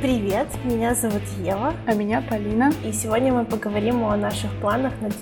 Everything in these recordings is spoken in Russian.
Привет, меня зовут Ева. А меня Полина. И сегодня мы поговорим о наших планах на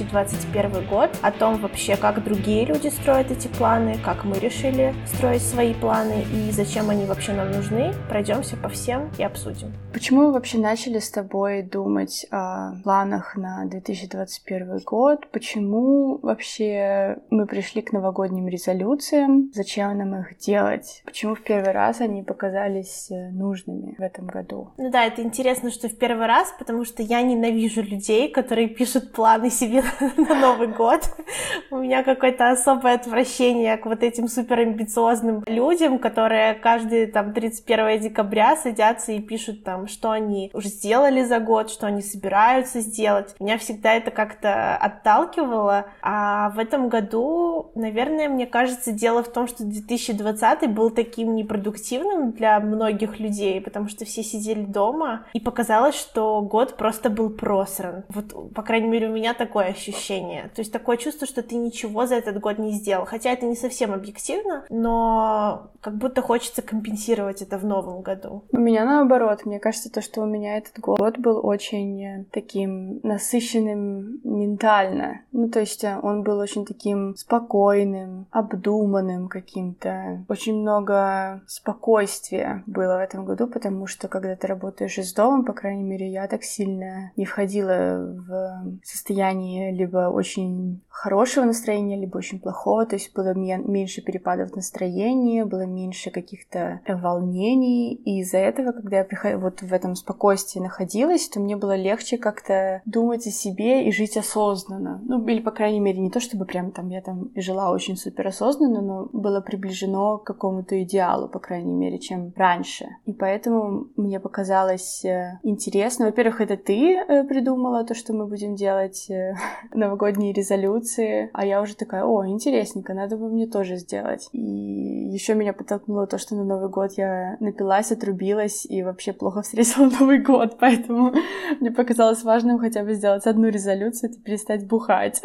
2021 год, о том вообще, как другие люди строят эти планы, как мы решили строить свои планы и зачем они вообще нам нужны. Пройдемся по всем и обсудим. Почему мы вообще начали с тобой думать о планах на 2021 год? Почему вообще мы пришли к новогодним резолюциям? Зачем нам их делать? Почему в первый раз они показались нужными в этом году? Ну да, это интересно, что в первый раз, потому что я ненавижу людей, которые пишут планы себе на Новый год. У меня какое-то особое отвращение к вот этим суперамбициозным людям, которые каждый 31 декабря садятся и пишут там, что они уже сделали за год, что они собираются сделать. Меня всегда это как-то отталкивало, а в этом году, наверное, мне кажется, дело в том, что 2020 был таким непродуктивным для многих людей, потому что все сидели дома, и показалось, что год просто был просран. Вот, по крайней мере, у меня такое ощущение. То есть такое чувство, что ты ничего за этот год не сделал. Хотя это не совсем объективно, но как будто хочется компенсировать это в новом году. У меня наоборот. Мне кажется, то, что у меня этот год был очень таким насыщенным ментально. Ну, то есть он был очень таким спокойным, обдуманным каким-то. Очень много спокойствия было в этом году, потому что когда ты работаешь из дома, по крайней мере, я так сильно не входила в состояние либо очень хорошего настроения, либо очень плохого, то есть было меньше перепадов настроения, было меньше каких-то волнений, и из-за этого, когда я вот в этом спокойствии находилась, то мне было легче как-то думать о себе и жить осознанно. Ну, или, по крайней мере, не то чтобы прям там я там жила очень суперосознанно, но было приближено к какому-то идеалу, по крайней мере, чем раньше. И поэтому мне показалось интересно. Во-первых, это ты придумала то, что мы будем делать новогодние резолюции, а я уже такая, интересненько, надо бы мне тоже сделать. И еще меня подтолкнуло то, что на Новый год я напилась, отрубилась и вообще плохо встретила Новый год, поэтому мне показалось важным хотя бы сделать одну резолюцию и перестать бухать.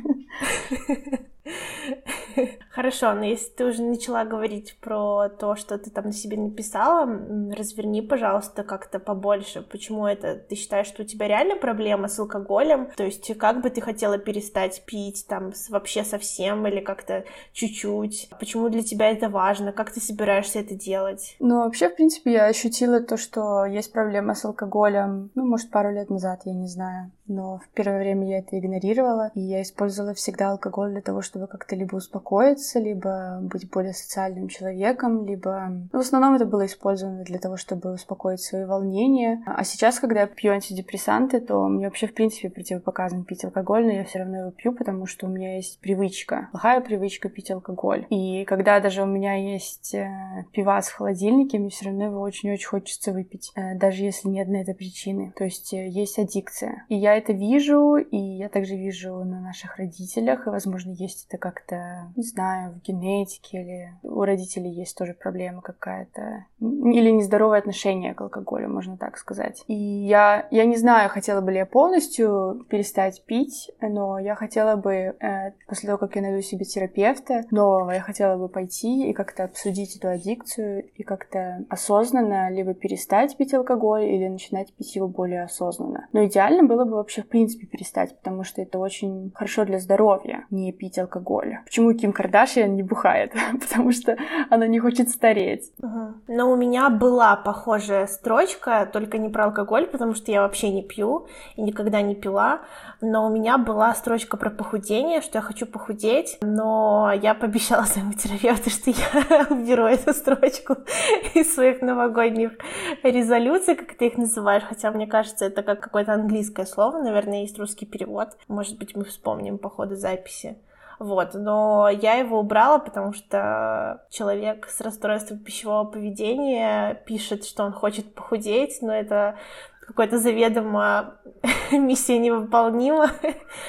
Хорошо, но если ты уже начала говорить про то, что ты там на себе написала, разверни, пожалуйста, как-то побольше. Почему это? Ты считаешь, что у тебя реально проблема с алкоголем? То есть как бы ты хотела перестать пить там вообще совсем или как-то чуть-чуть? Почему для тебя это важно? Как ты собираешься это делать? Ну, вообще, в принципе, я ощутила то, что есть проблема с алкоголем, может, пару лет назад, я не знаю. Но в первое время я это игнорировала, и я использовала всегда алкоголь для того, чтобы как-то либо успокоиться, либо быть более социальным человеком, либо... в основном это было использовано для того, чтобы успокоить свои волнения. А сейчас, когда я пью антидепрессанты, то мне вообще, в принципе, противопоказано пить алкоголь, но я все равно его пью, потому что у меня есть привычка, плохая привычка пить алкоголь. И когда даже у меня есть пивас в холодильнике, мне все равно его очень-очень хочется выпить, даже если нет на это причины. То есть есть аддикция. И я это вижу, и я также вижу на наших родителях, и, возможно, есть это как-то, не знаю, в генетике, или у родителей есть тоже проблема какая-то, или нездоровое отношение к алкоголю, можно так сказать. И я не знаю, хотела бы ли я полностью перестать пить, но я хотела бы, после того, как я найду себе терапевта нового, я хотела бы пойти и как-то обсудить эту аддикцию, и как-то осознанно либо перестать пить алкоголь, или начинать пить его более осознанно. Но идеально было бы вообще в принципе перестать, потому что это очень хорошо для здоровья, не пить алкоголь. Почему Ким Кардашьян не бухает? Потому что она не хочет стареть. Но у меня была похожая строчка, только не про алкоголь, потому что я вообще не пью и никогда не пила, но у меня была строчка про похудение, что я хочу похудеть, но я пообещала своему терапевту, что я уберу эту строчку из своих новогодних резолюций, как ты их называешь, хотя мне кажется, это как какое-то английское слово, наверное, есть русский перевод, может быть, мы вспомним по ходу записи. Вот, но я его убрала, потому что человек с расстройством пищевого поведения пишет, что он хочет похудеть, но это какое-то заведомо миссия невыполнима.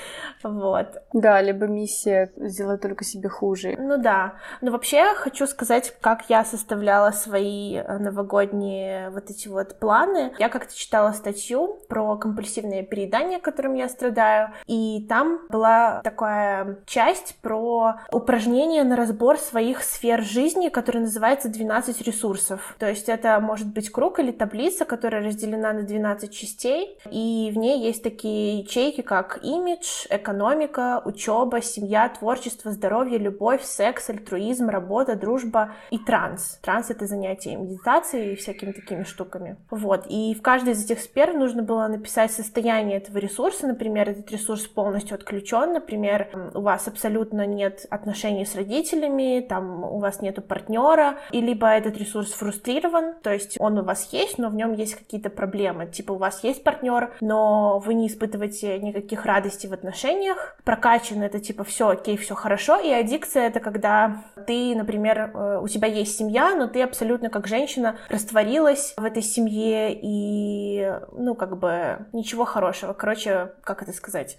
Вот. Да, либо миссия сделать только себе хуже. Ну да. Но вообще хочу сказать, как я составляла свои новогодние вот эти вот планы. Я как-то читала статью про компульсивное переедание, которым я страдаю, и там была такая часть про упражнение на разбор своих сфер жизни, которая называется 12 ресурсов. То есть это может быть круг или таблица, которая разделена на 12 частей, и в ней есть такие ячейки, как имидж, экономика, учеба, семья, творчество, здоровье, любовь, секс, альтруизм, работа, дружба и транс. Транс — это занятие медитацией и всякими такими штуками. Вот. И в каждой из этих сфер нужно было написать состояние этого ресурса. Например, этот ресурс полностью отключен. Например, у вас абсолютно нет отношений с родителями, там у вас нету партнера, и либо этот ресурс фрустрирован, то есть он у вас есть, но в нем есть какие-то проблемы. Типа у вас есть партнер, но вы не испытываете никаких радостей в отношениях. Прокачан — это типа все окей, все хорошо. И аддикция — это когда ты, например, у тебя есть семья, но ты абсолютно как женщина растворилась в этой семье и, ну, как бы ничего хорошего. Короче, как это сказать?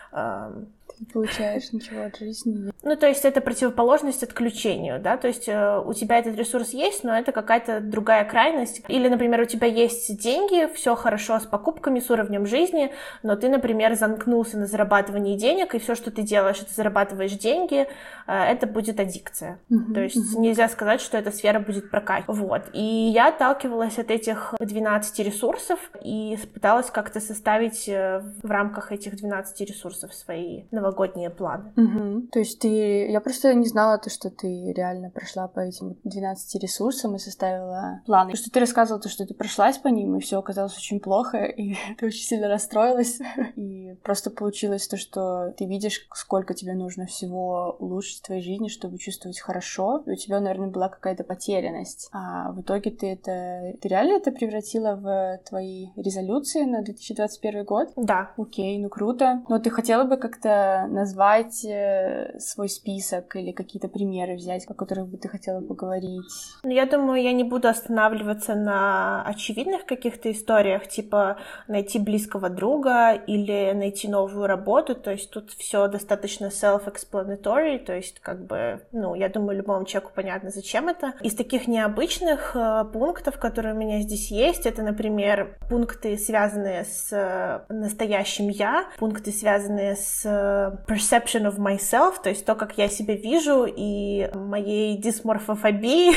Ты не получаешь ничего от жизни. Ну, то есть это противоположность отключению, да, то есть у тебя этот ресурс есть, но это какая-то другая крайность. Или, например, у тебя есть деньги, все хорошо с покупками, с уровнем жизни, но ты, например, замкнулся на зарабатывании денег, и все, что ты делаешь, это зарабатываешь деньги, это будет аддикция. То есть нельзя сказать, что эта сфера будет прокачивать. Вот. И я отталкивалась от этих 12 ресурсов и пыталась как-то составить в рамках этих 12 ресурсов свои новогодние планы. То есть я просто не знала то, что ты реально прошла по этим 12 ресурсам и составила планы. Потому что ты рассказывала то, что ты прошлась по ним, и все оказалось очень плохо, и ты очень сильно расстроилась. И просто получилось то, что ты видишь, сколько тебе нужно всего улучшить в твоей жизни, чтобы чувствовать хорошо. И у тебя, наверное, была какая-то потерянность. А в итоге ты реально это превратила в твои резолюции на 2021 год? Да. Окей, ну круто. Но ты хотела бы как-то назвать свой список или какие-то примеры взять, о которых бы ты хотела поговорить? Ну, я думаю, я не буду останавливаться на очевидных каких-то историях, типа найти близкого друга или найти новую работу, то есть тут все достаточно self-explanatory, то есть как бы, ну, я думаю, любому человеку понятно, зачем это. Из таких необычных пунктов, которые у меня здесь есть, это, например, пункты, связанные с настоящим я, пункты, связанные с perception of myself, то есть то, как я себя вижу, и моей дисморфофобии.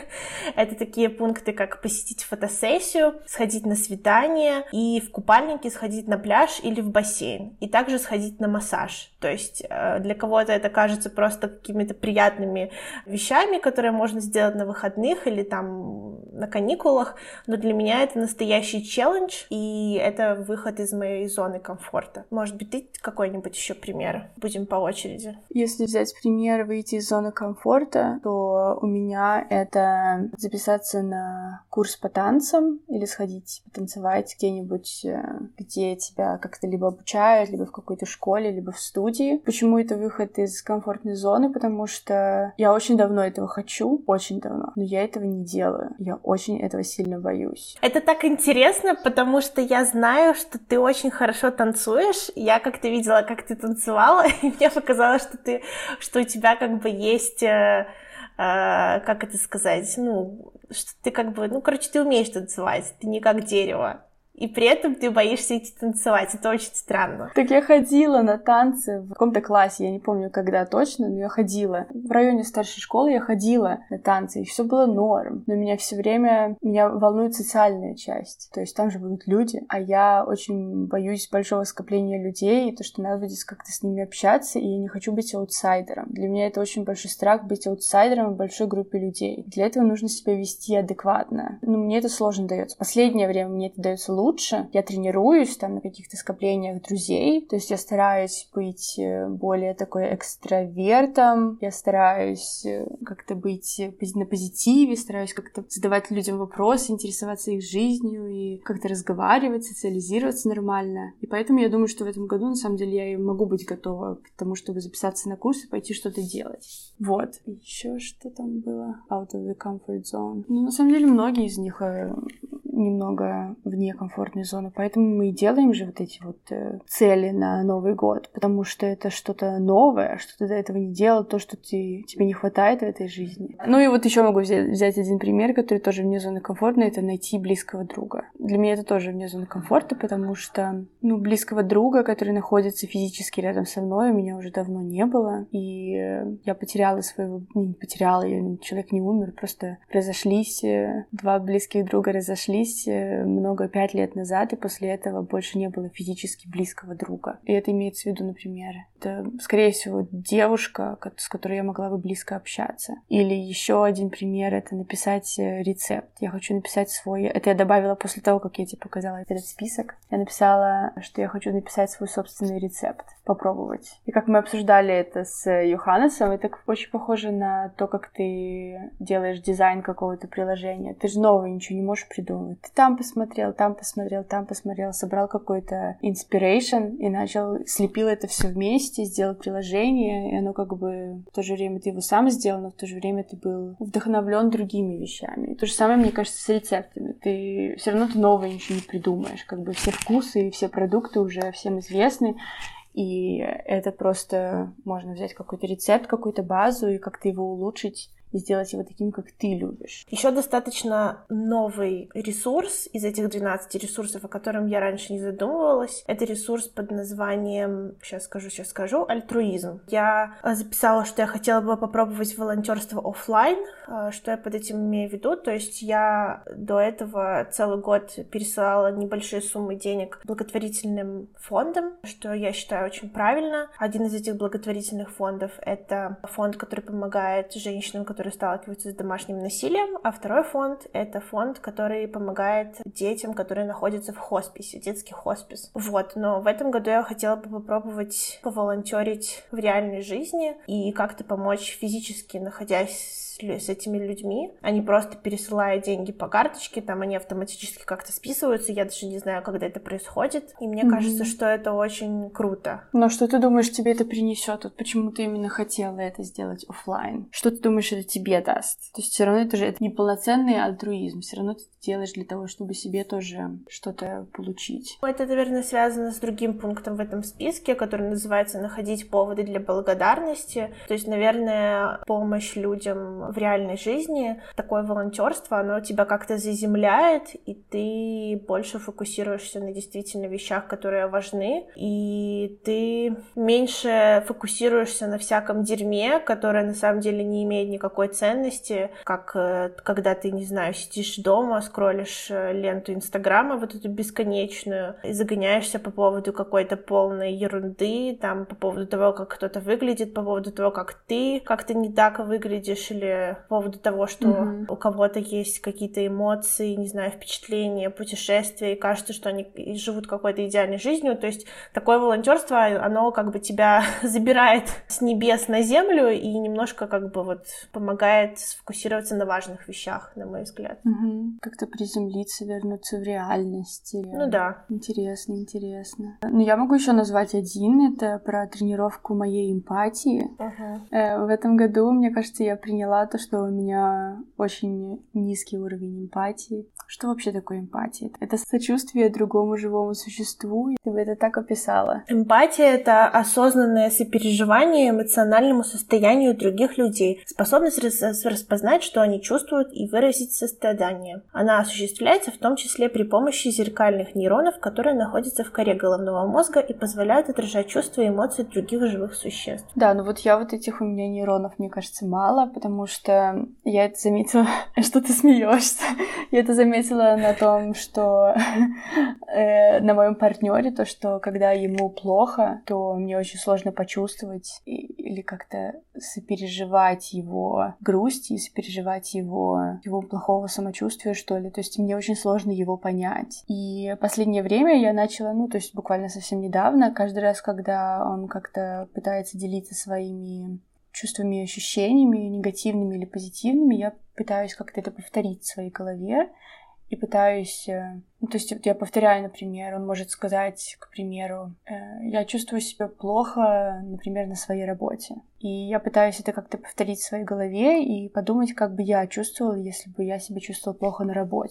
Это такие пункты, как посетить фотосессию, сходить на свидание и в купальнике сходить на пляж или в бассейн, и также сходить на массаж. То есть для кого-то это кажется просто какими-то приятными вещами, которые можно сделать на выходных или там на каникулах, но для меня это настоящий челлендж, и это выход из моей зоны комфорта. Может быть, ты какой-нибудь еще пример? Будем по очереди. Если взять пример выйти из зоны комфорта, то у меня это записаться на курс по танцам или сходить потанцевать где-нибудь, где тебя как-то либо обучают, либо в какой-то школе, либо в студии. Почему это выход из комфортной зоны? Потому что я очень давно этого хочу, очень давно, но я этого не делаю. Я очень этого сильно боюсь. Это так интересно, потому что я знаю, что ты очень хорошо танцуешь. Я как-то видела, как ты танцевала, и мне показалось, что у тебя как бы есть, как это сказать, ну, что ты как бы, ну, короче, ты умеешь танцевать, ты не как дерево. И при этом ты боишься идти танцевать. Это очень странно. Так я ходила на танцы в каком-то классе, я не помню, когда точно, но я ходила. В районе старшей школы я ходила на танцы, и все было норм. Но меня волнует социальная часть. То есть там же будут люди, а я очень боюсь большого скопления людей, и то, что надо будет как-то с ними общаться, и я не хочу быть аутсайдером. Для меня это очень большой страх быть аутсайдером в большой группе людей. Для этого нужно себя вести адекватно. Но мне это сложно дается. В последнее время мне это дается лучше. Я тренируюсь там на каких-то скоплениях друзей, то есть я стараюсь быть более такой экстравертом, я стараюсь как-то быть на позитиве, стараюсь как-то задавать людям вопросы, интересоваться их жизнью и как-то разговаривать, социализироваться нормально. И поэтому я думаю, что в этом году, на самом деле, я и могу быть готова к тому, чтобы записаться на курс и пойти что-то делать. Вот. Еще что там было? Out of the comfort zone. Ну, на самом деле, многие из них немного вне комфортной зоны. Поэтому мы и делаем же вот эти вот цели на Новый год, потому что это что-то новое, что ты до этого не делал, то, что тебе не хватает в этой жизни. Ну и вот еще могу взять один пример, который тоже вне зоны комфорта, это найти близкого друга. Для меня это тоже вне зоны комфорта, потому что, близкого друга, который находится физически рядом со мной, у меня уже давно не было, и я потеряла своего... Не потеряла, человек не умер, просто разошлись, два близких друга разошлись 5 лет назад, и после этого больше не было физически близкого друга. И это имеется в виду, например, это, скорее всего, девушка, с которой я могла бы близко общаться. Или еще один пример — это написать рецепт. Я хочу написать свой... Это я добавила после того, как я тебе показала этот список. Я написала, что я хочу написать свой собственный рецепт, попробовать. И как мы обсуждали это с Йоханнесом, это очень похоже на то, как ты делаешь дизайн какого-то приложения. Ты же нового ничего не можешь придумывать. Ты там посмотрел, собрал какой-то inspiration и слепил это все вместе, сделал приложение, и оно как бы в то же время ты его сам сделал, но в то же время ты был вдохновлен другими вещами. И то же самое, мне кажется, с рецептами. Ты все равно новое ничего не придумаешь. Как бы все вкусы и все продукты уже всем известны. И это просто можно взять какой-то рецепт, какую-то базу и как-то его улучшить и сделать его таким, как ты любишь. Еще достаточно новый ресурс из этих 12 ресурсов, о котором я раньше не задумывалась. Это ресурс под названием, сейчас скажу, альтруизм. Я записала, что я хотела бы попробовать волонтерство офлайн. Что я под этим имею в виду? То есть я до этого целый год пересылала небольшие суммы денег благотворительным фондам, что я считаю очень правильно. Один из этих благотворительных фондов — это фонд, который помогает женщинам, которые сталкиваются с домашним насилием, а второй фонд — это фонд, который помогает детям, которые находятся в хосписе, детский хоспис. Но в этом году я хотела бы попробовать поволонтерить в реальной жизни и как-то помочь физически, находясь с этими людьми, а не просто пересылая деньги по карточке, там они автоматически как-то списываются, я даже не знаю, когда это происходит, и мне кажется, что это очень круто. Но что ты думаешь, тебе это принесет? Вот почему ты именно хотела это сделать офлайн? Что ты думаешь, это тебе даст? То есть все равно это не полноценный альтруизм, все равно ты делаешь для того, чтобы себе тоже что-то получить. Это, наверное, связано с другим пунктом в этом списке, который называется «Находить поводы для благодарности». То есть, наверное, помощь людям в реальной жизни, такое волонтерство, оно тебя как-то заземляет, и ты больше фокусируешься на действительно вещах, которые важны, и ты меньше фокусируешься на всяком дерьме, которое на самом деле не имеет никакой ценности, как когда ты, не знаю, сидишь дома, скроллишь ленту Инстаграма, вот эту бесконечную, и загоняешься по поводу какой-то полной ерунды, там, по поводу того, как кто-то выглядит, по поводу того, как ты не так выглядишь, или по поводу того, что у кого-то есть какие-то эмоции, не знаю, впечатления, путешествия, и кажется, что они живут какой-то идеальной жизнью. То есть такое волонтерство, оно как бы тебя забирает с небес на землю и немножко как бы вот помогает сфокусироваться на важных вещах, на мой взгляд. Как-то приземлиться, вернуться в реальность. Ну да. Интересно. Ну, я могу еще назвать один. Это про тренировку моей эмпатии. В этом году, мне кажется, я приняла то, что у меня очень низкий уровень эмпатии. Что вообще такое эмпатия? Это сочувствие другому живому существу. Ты бы это так описала? Эмпатия — это осознанное сопереживание эмоциональному состоянию других людей, способность распознать, что они чувствуют, и выразить сострадание. Она осуществляется в том числе при помощи зеркальных нейронов, которые находятся в коре головного мозга и позволяют отражать чувства и эмоции других живых существ. Да, ну вот этих у меня нейронов, мне кажется, мало, потому что я это заметила, что ты смеешься. Я это заметила на том, что на моем партнере, то, что когда ему плохо, то мне очень сложно почувствовать или как-то сопереживать его грусть и сопереживать его плохого самочувствия, что ли. То есть мне очень сложно его понять. И последнее время я начала, то есть буквально совсем недавно, каждый раз, когда он как-то пытается делиться своими чувствами и ощущениями, негативными или позитивными, я пытаюсь как-то это повторить в своей голове и пытаюсь... то есть я повторяю, например, он может сказать, к примеру, я чувствую себя плохо, например, на своей работе. И я пытаюсь это как-то повторить в своей голове и подумать, как бы я чувствовала, если бы я себя чувствовала плохо на работе.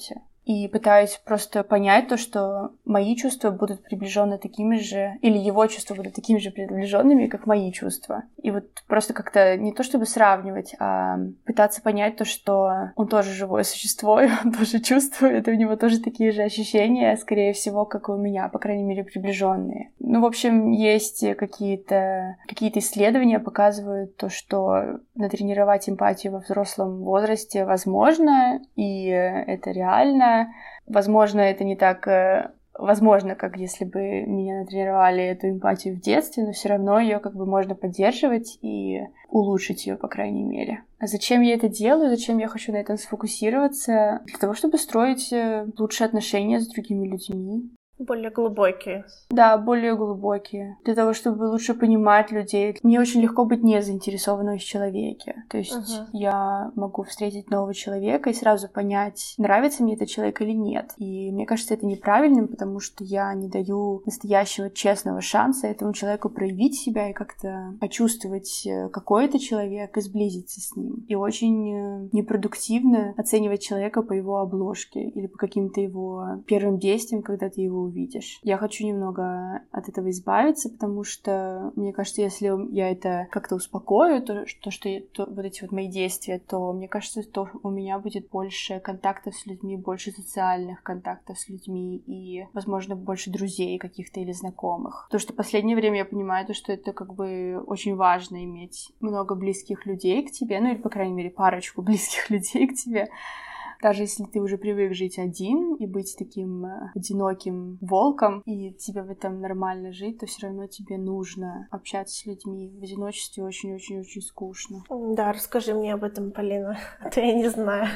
и пытаюсь просто понять то, что мои чувства будут приближены такими же, или его чувства будут такими же приближенными, как мои чувства. И вот просто как-то не то чтобы сравнивать, а пытаться понять то, что он тоже живое существо, и он тоже чувствует, и у него тоже такие же ощущения, скорее всего, как и у меня, по крайней мере, приближенные. Ну, в общем, есть какие-то исследования, показывают то, что натренировать эмпатию во взрослом возрасте возможно, и это реально. Возможно, это не так возможно, как если бы меня натренировали эту эмпатию в детстве, но все равно ее как бы можно поддерживать и улучшить ее, по крайней мере. А зачем я это делаю? Зачем я хочу на этом сфокусироваться? Для того, чтобы строить лучшие отношения с другими людьми. Более глубокие. Да, более глубокие. Для того, чтобы лучше понимать людей. Мне очень легко быть не заинтересованной в человеке. То есть я могу встретить нового человека и сразу понять, нравится мне этот человек или нет. И мне кажется, это неправильным, потому что я не даю настоящего, честного шанса этому человеку проявить себя и как-то почувствовать, какой это человек, и сблизиться с ним. И очень непродуктивно оценивать человека по его обложке или по каким-то его первым действиям, когда ты его увидишь. Я хочу немного от этого избавиться, потому что, мне кажется, если я это как-то успокою, то вот эти вот мои действия, то, мне кажется, то у меня будет больше контактов с людьми, больше социальных контактов с людьми и, возможно, больше друзей каких-то или знакомых. Потому что в последнее время я понимаю, что это как бы очень важно иметь много близких людей к тебе, ну или, по крайней мере, парочку близких людей к тебе. Даже если ты уже привык жить один и быть таким одиноким волком, и тебе в этом нормально жить, то все равно тебе нужно общаться с людьми. В одиночестве очень-очень-очень скучно. Да, расскажи мне об этом, Полина, а то я не знаю.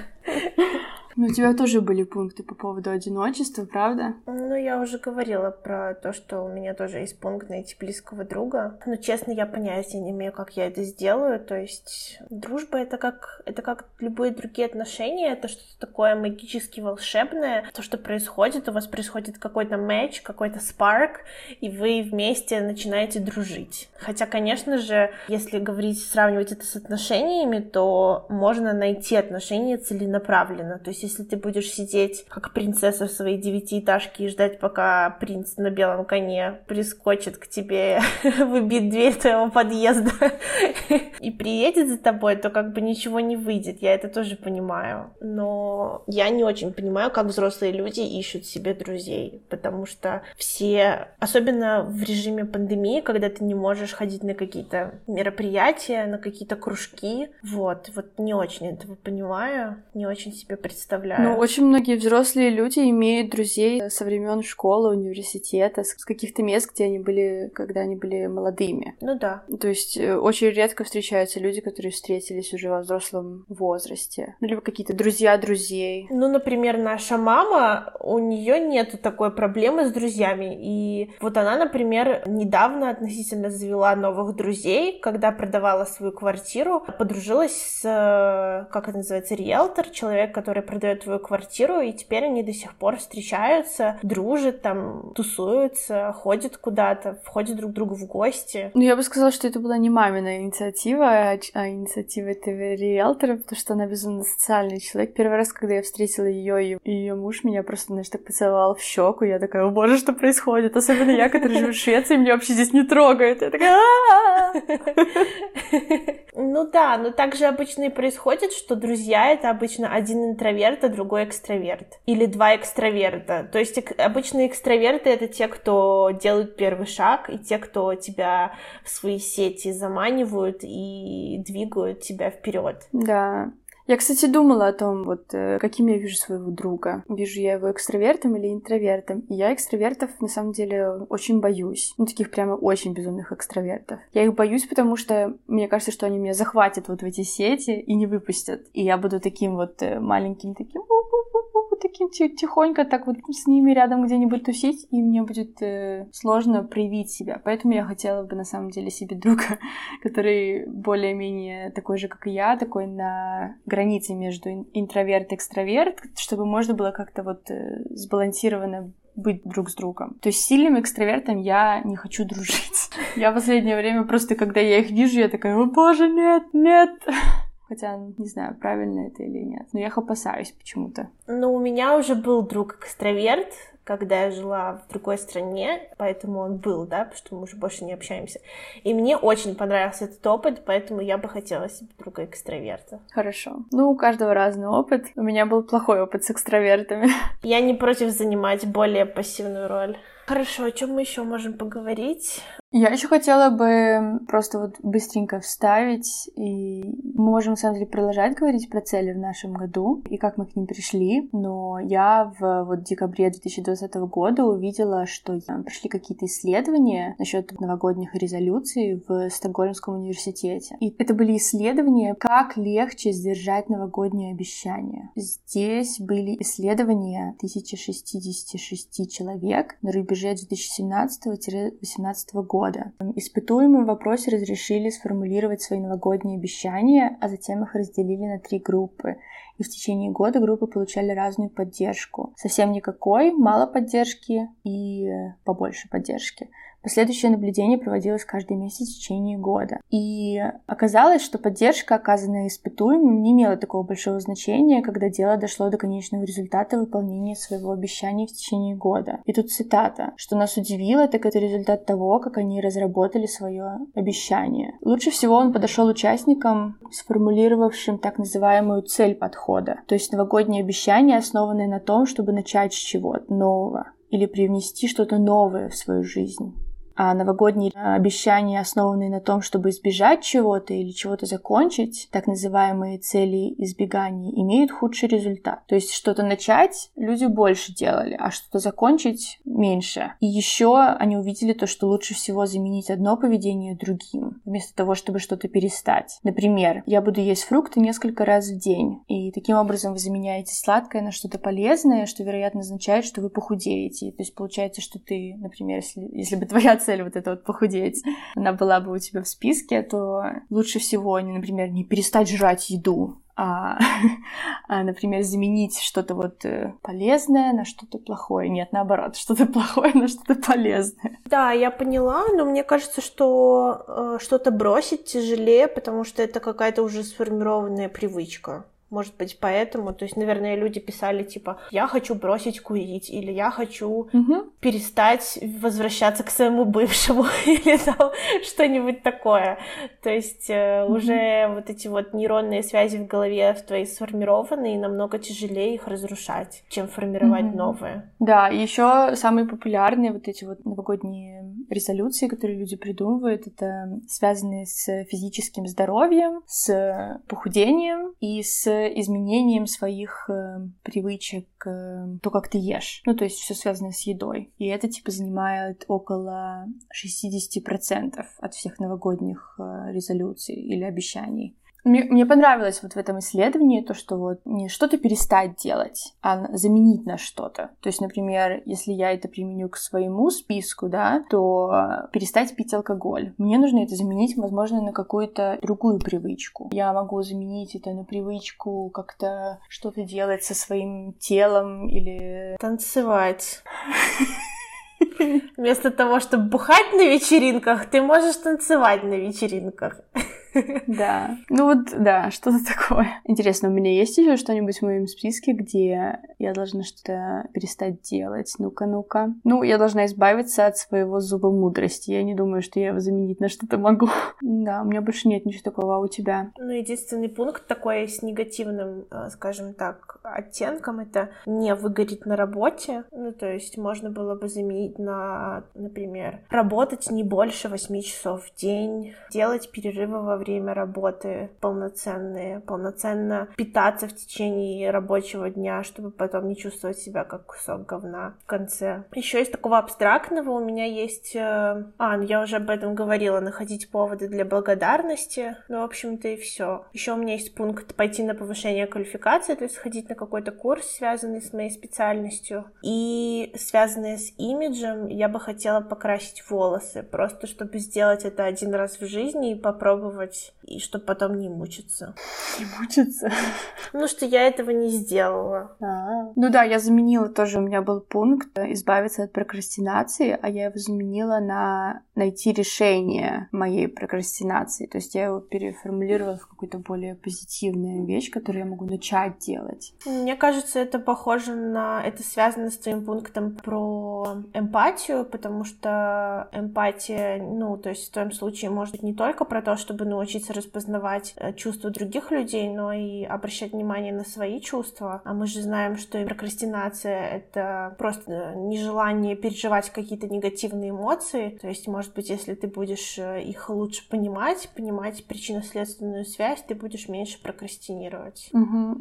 Ну, у тебя тоже были пункты по поводу одиночества, правда? Ну, я уже говорила про то, что у меня тоже есть пункт найти близкого друга. Но, честно, я понятия не имею, как я это сделаю. То есть дружба — это как любые другие отношения. Это что-то такое магически волшебное. То, что происходит, у вас происходит какой-то матч, какой-то спарк, и вы вместе начинаете дружить. Хотя, конечно же, если сравнивать это с отношениями, то можно найти отношения целенаправленно. То есть если ты будешь сидеть как принцесса в своей 9-этажке и ждать, пока принц на белом коне прискочит к тебе, выбьет дверь твоего подъезда и приедет за тобой, то как бы ничего не выйдет. Я это тоже понимаю. Но я не очень понимаю, как взрослые люди ищут себе друзей, потому что все, особенно в режиме пандемии, когда ты не можешь ходить на какие-то мероприятия, на какие-то кружки, вот не очень этого понимаю, не очень себе представляю. Ну, очень многие взрослые люди имеют друзей со времен школы, университета, с каких-то мест, где они были, когда они были молодыми. Ну да. То есть очень редко встречаются люди, которые встретились уже во взрослом возрасте. Ну, либо какие-то друзья друзей. Ну, например, наша мама, у нее нету такой проблемы с друзьями. И вот она, например, недавно относительно завела новых друзей, когда продавала свою квартиру, подружилась с, как это называется, риэлтор, человек, который продает твою квартиру, и теперь они до сих пор встречаются, дружат, там, тусуются, ходят куда-то, входят друг к другу в гости. Ну, я бы сказала, что это была не мамина инициатива, а инициатива этого риэлтора, потому что она безумно социальный человек. Первый раз, когда я встретила ее и ее муж меня просто, знаешь, так поцеловал в щеку, я такая: о боже, что происходит? Особенно я, которая живет в Швеции, меня вообще здесь не трогает. Я такая: ну да, но так же обычно и происходит, что друзья — это обычно один интроверт, а другой экстраверт. Или два экстраверта. То есть обычно экстраверты — это те, кто делают первый шаг, и те, кто тебя в свои сети заманивают и двигают тебя вперед. Да. Я, кстати, думала о том, вот, каким я вижу своего друга. Вижу я его экстравертом или интровертом. И я экстравертов, на самом деле, очень боюсь. Ну, таких прямо очень безумных экстравертов. Я их боюсь, потому что мне кажется, что они меня захватят вот в эти сети и не выпустят. И я буду таким вот маленьким, таким таким тихонько так вот с ними рядом где-нибудь тусить, и мне будет сложно проявить себя. Поэтому я хотела бы, на самом деле, себе друга, который более-менее такой же, как и я, такой на границе между интроверт и экстраверт, чтобы можно было как-то вот сбалансированно быть друг с другом. То есть с сильным экстравертом я не хочу дружить. Я в последнее время просто, когда я их вижу, я такая: о боже, нет, нет. Хотя, не знаю, правильно это или нет. Но я их опасаюсь почему-то. Ну, у меня уже был друг-экстраверт, когда я жила в другой стране, поэтому он был, да, потому что мы уже больше не общаемся. И мне очень понравился этот опыт, поэтому я бы хотела себе друга-экстраверта. Хорошо. Ну, у каждого разный опыт. У меня был плохой опыт с экстравертами. Я не против занимать более пассивную роль. Хорошо, о чем мы еще можем поговорить? Я еще хотела бы просто вот быстренько вставить, и мы можем, на самом деле, продолжать говорить про цели в нашем году и как мы к ним пришли, но я в вот декабре 2020 года увидела, что пришли какие-то исследования насчет новогодних резолюций в Стокгольмском университете. И это были исследования, как легче сдержать новогодние обещания. Здесь были исследования 1066 человек на рубеже 2017-2018 года. Испытуемым в вопросе разрешили сформулировать свои новогодние обещания, а затем их разделили на 3 группы. И в течение года группы получали разную поддержку. Совсем никакой, мало поддержки и побольше поддержки. Последующее наблюдение проводилось каждый месяц в течение года. И оказалось, что поддержка, оказанная испытуемым, не имела такого большого значения, когда дело дошло до конечного результата выполнения своего обещания в течение года. И тут цитата. «Что нас удивило, так это результат того, как они разработали свое обещание». Лучше всего он подошел участникам, сформулировавшим так называемую цель подхода. То есть новогодние обещания, основанные на том, чтобы начать с чего-то нового или привнести что-то новое в свою жизнь. А новогодние обещания, основанные на том, чтобы избежать чего-то или чего-то закончить, так называемые цели избегания, имеют худший результат. То есть что-то начать люди больше делали, а что-то закончить меньше. И еще они увидели то, что лучше всего заменить одно поведение другим, вместо того, чтобы что-то перестать. Например, я буду есть фрукты несколько раз в день, и таким образом вы заменяете сладкое на что-то полезное, что, вероятно, означает, что вы похудеете. То есть получается, что ты, например, если бы твоя цель вот это вот похудеть, она была бы у тебя в списке, то лучше всего, например, не перестать жрать еду, например, заменить что-то вот полезное на что-то плохое. Нет, наоборот, что-то плохое на что-то полезное. Да, я поняла, но мне кажется, что что-то бросить тяжелее, потому что это какая-то уже сформированная привычка. Может быть, поэтому, то есть, наверное, люди писали, типа, я хочу бросить курить, или я хочу перестать возвращаться к своему бывшему, или там что-нибудь такое. То есть уже вот эти вот нейронные связи в голове в твоей сформированы, и намного тяжелее их разрушать, чем формировать новые. Да, еще самые популярные вот эти вот новогодние резолюции, которые люди придумывают, это связанные с физическим здоровьем, с похудением и с изменением своих привычек, то, как ты ешь. Ну, то есть все связано с едой. И это, типа, занимает около 60% от всех новогодних резолюций или обещаний. Мне понравилось вот в этом исследовании то, что вот не что-то перестать делать, а заменить на что-то. То есть, например, если я это применю к своему списку, да, то перестать пить алкоголь. Мне нужно это заменить, возможно, на какую-то другую привычку. Я могу заменить это на привычку как-то что-то делать со своим телом или... Танцевать. Вместо того, чтобы бухать на вечеринках, ты можешь танцевать на вечеринках. Да. Ну вот, да, что-то такое. Интересно, у меня есть еще что-нибудь в моем списке, где я должна что-то перестать делать? Ну-ка. Ну, я должна избавиться от своего зуба мудрости. Я не думаю, что я его заменить на что-то могу. Да, у меня больше нет ничего такого, а у тебя? Ну, единственный пункт такой с негативным, скажем так, оттенком — это не выгореть на работе. Ну, то есть можно было бы заменить на, например, работать не больше 8 часов в день, делать перерывы во время работы полноценно питаться в течение рабочего дня, чтобы потом не чувствовать себя как кусок говна в конце. Еще из такого абстрактного у меня есть... ну я уже об этом говорила, находить поводы для благодарности. Ну, в общем-то, и все. Еще у меня есть пункт пойти на повышение квалификации, то есть сходить на какой-то курс, связанный с моей специальностью. И связанный с имиджем, я бы хотела покрасить волосы, просто чтобы сделать это один раз в жизни и попробовать делать, и чтобы потом не мучиться. Не мучиться? Ну, что я этого не сделала. Ну да, я заменила тоже, у меня был пункт избавиться от прокрастинации, а я его заменила на найти решение моей прокрастинации. То есть я его переформулировала в какую-то более позитивную вещь, которую я могу начать делать. Мне кажется, это похоже на... Это связано с твоим пунктом про эмпатию, потому что эмпатия, ну, то есть в твоем случае может быть не только про то, чтобы научиться распознавать чувства других людей, но и обращать внимание на свои чувства. А мы же знаем, что и прокрастинация — это просто нежелание переживать какие-то негативные эмоции. То есть, может быть, если ты будешь их лучше понимать причинно-следственную связь, ты будешь меньше прокрастинировать.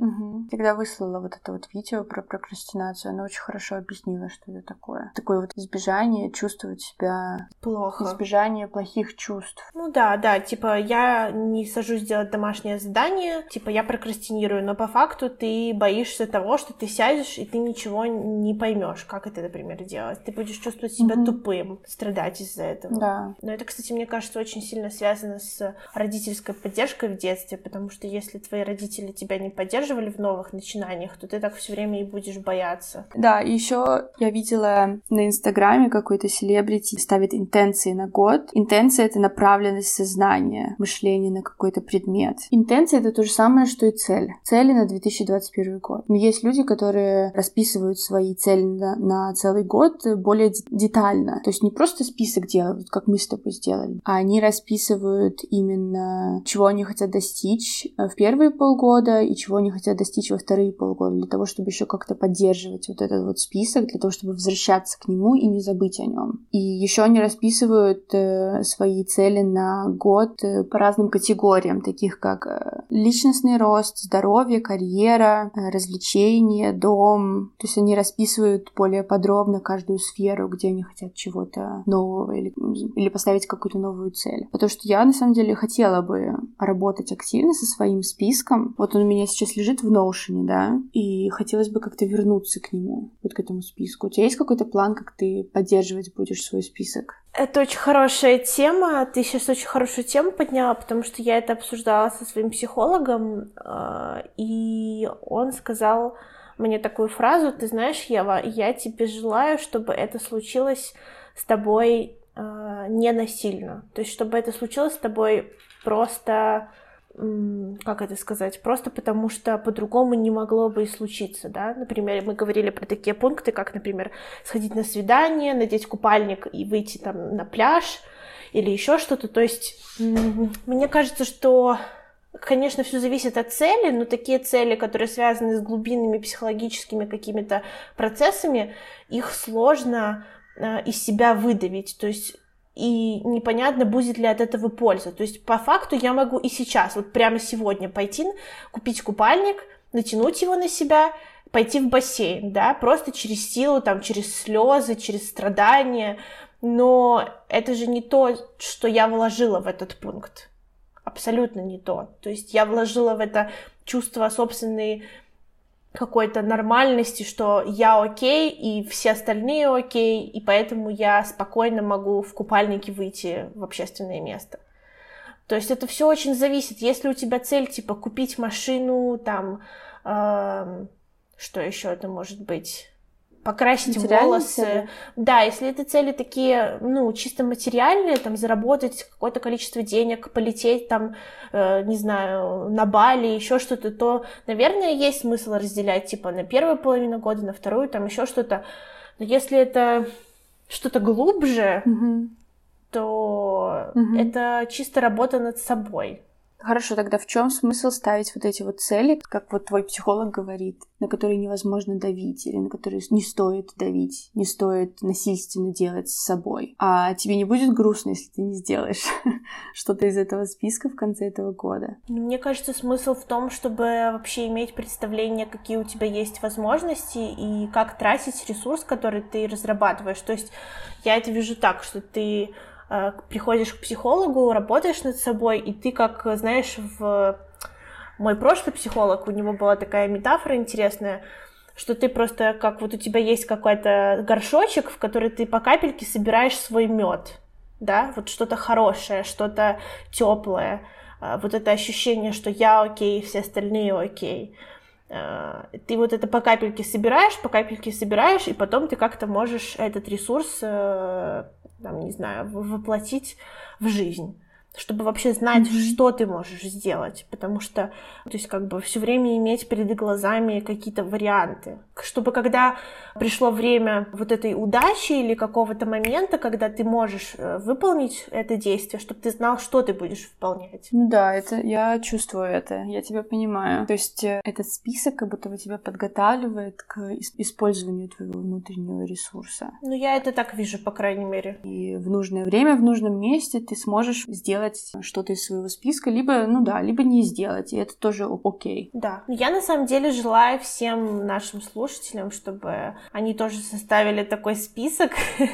Когда выслала вот это вот видео про прокрастинацию, она очень хорошо объяснила, что это такое. Такое вот избежание чувствовать себя плохо. Избежание плохих чувств. Ну да, типа я не сажусь делать домашнее задание, типа я прокрастинирую, но по факту ты боишься того, что ты сядешь и ты ничего не поймешь, как это, например, делать. Ты будешь чувствовать себя тупым, страдать из-за этого. Да. Но это, кстати, мне кажется, очень сильно связано с родительской поддержкой в детстве, потому что если твои родители тебя не поддерживали в новых начинаниях, то ты так все время и будешь бояться. Да, и еще я видела на Инстаграме какой-то селебрити ставит интенции на год. Интенция — это направленность сознания, мышление на какой-то предмет. Интенция — это то же самое, что и цель. Цели на 2021 год. Но есть люди, которые расписывают свои цели на целый год более детально. То есть не просто список делают, как мы с тобой сделали, а они расписывают именно, чего они хотят достичь в первые полгода и чего они хотят достичь во вторые полгода, для того, чтобы еще как-то поддерживать вот этот вот список, для того, чтобы возвращаться к нему и не забыть о нем. И еще они расписывают свои цели на год по разным категориям, таких как личностный рост, здоровье, карьера, развлечения, дом. То есть они расписывают более подробно каждую сферу, где они хотят чего-то нового или поставить какую-то новую цель. Потому что я, на самом деле, хотела бы работать активно со своим списком. Вот он у меня сейчас лежит в Notion, да, и хотелось бы как-то вернуться к нему, вот к этому списку. У тебя есть какой-то план, как ты поддерживать будешь свой список? Это очень хорошая тема. Ты сейчас очень хорошую тему подняла, потому что я это обсуждала со своим психологом, и он сказал мне такую фразу: ты знаешь, Ева, я тебе желаю, чтобы это случилось с тобой не насильно. То есть, чтобы это случилось с тобой просто... как это сказать, просто потому что по-другому не могло бы и случиться, да, например, мы говорили про такие пункты, как, например, сходить на свидание, надеть купальник и выйти там на пляж или еще что-то, то есть мне кажется, что, конечно, все зависит от цели, но такие цели, которые связаны с глубинными психологическими какими-то процессами, их сложно из себя выдавить, то есть и непонятно, будет ли от этого польза. То есть, по факту, я могу и сейчас, вот прямо сегодня пойти, купить купальник, натянуть его на себя, пойти в бассейн, да, просто через силу, там, через слезы, через страдания. Но это же не то, что я вложила в этот пункт. Абсолютно не то. То есть, я вложила в это чувство собственной какой-то нормальности, что я окей, и все остальные окей, и поэтому я спокойно могу в купальнике выйти в общественное место. То есть это все очень зависит. Если у тебя цель, типа, купить машину, там, что еще это может быть? Покрасить волосы. Цели? Да, если это цели такие, ну, чисто материальные, там, заработать какое-то количество денег, полететь, там, не знаю, на Бали, еще что-то, то, наверное, есть смысл разделять, типа, на первую половину года, на вторую, там, еще что-то. Но если это что-то глубже, то это чисто работа над собой. Хорошо, тогда в чем смысл ставить вот эти вот цели, как вот твой психолог говорит, на которые невозможно давить, или на которые не стоит давить, не стоит насильственно делать с собой? А тебе не будет грустно, если ты не сделаешь что-то из этого списка в конце этого года? Мне кажется, смысл в том, чтобы вообще иметь представление, какие у тебя есть возможности и как тратить ресурс, который ты разрабатываешь. То есть я это вижу так, что ты приходишь к психологу, работаешь над собой, и ты, как, знаешь, мой прошлый психолог, у него была такая метафора интересная, что ты просто, как вот у тебя есть какой-то горшочек, в который ты по капельке собираешь свой мед, да, вот что-то хорошее, что-то теплое, вот это ощущение, что я окей, все остальные окей. Ты вот это по капельке собираешь, и потом ты как-то можешь этот ресурс, там, не знаю, воплотить в жизнь, чтобы вообще знать, что ты можешь сделать, потому что, то есть, как бы все время иметь перед глазами какие-то варианты, чтобы когда пришло время вот этой удачи или какого-то момента, когда ты можешь выполнить это действие, чтобы ты знал, что ты будешь выполнять. Ну да, это я чувствую это, я тебя понимаю. То есть этот список как будто бы тебя подготавливает к использованию твоего внутреннего ресурса. Ну, я это так вижу, по крайней мере. И в нужное время, в нужном месте ты сможешь сделать что-то из своего списка, либо, либо не сделать, и это тоже окей. Да. Я, на самом деле, желаю всем нашим слушателям, чтобы они тоже составили такой список,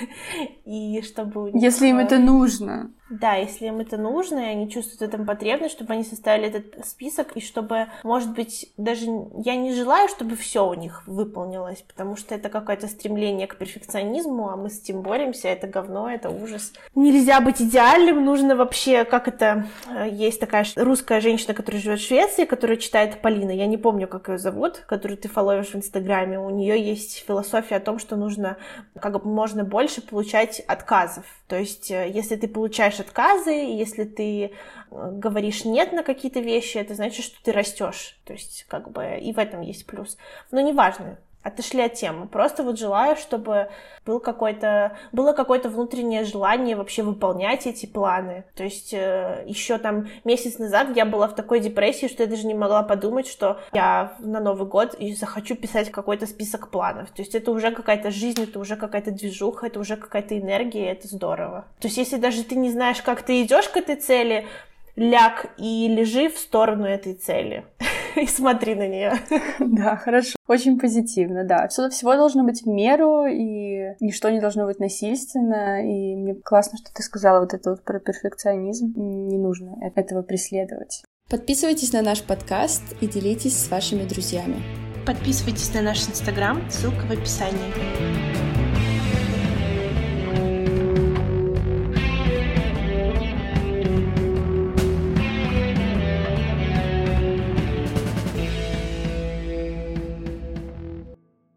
и чтобы... Если им это нужно. Да, если им это нужно, и они чувствуют в этом потребность, чтобы они составили этот список, и чтобы, может быть, даже я не желаю, чтобы все у них выполнилось, потому что это какое-то стремление к перфекционизму, а мы с этим боремся, это говно, это ужас. Нельзя быть идеальным, нужно вообще, как это, есть такая русская женщина, которая живет в Швеции, которая читает Полина, я не помню, как ее зовут, которую ты фолловишь в Инстаграме, у нее есть философия о том, что нужно как можно больше получать отказов, то есть, если ты получаешь отказы, если ты говоришь «нет» на какие-то вещи, это значит, что ты растешь. То есть, как бы, и в этом есть плюс. Но неважно, отошли от темы. Просто вот желаю, чтобы было какое-то внутреннее желание вообще выполнять эти планы. То есть еще там месяц назад я была в такой депрессии, что я даже не могла подумать, что я на Новый год и захочу писать какой-то список планов. То есть это уже какая-то жизнь, это уже какая-то движуха, это уже какая-то энергия, это здорово. То есть если даже ты не знаешь, как ты идешь к этой цели, ляг и лежи в сторону этой цели и смотри на нее. Да, хорошо. Очень позитивно, да. Всего должно быть в меру, и ничто не должно быть насильственно. И мне классно, что ты сказала вот это вот про перфекционизм. Не нужно этого преследовать. Подписывайтесь на наш подкаст и делитесь с вашими друзьями. Подписывайтесь на наш Инстаграм, ссылка в описании.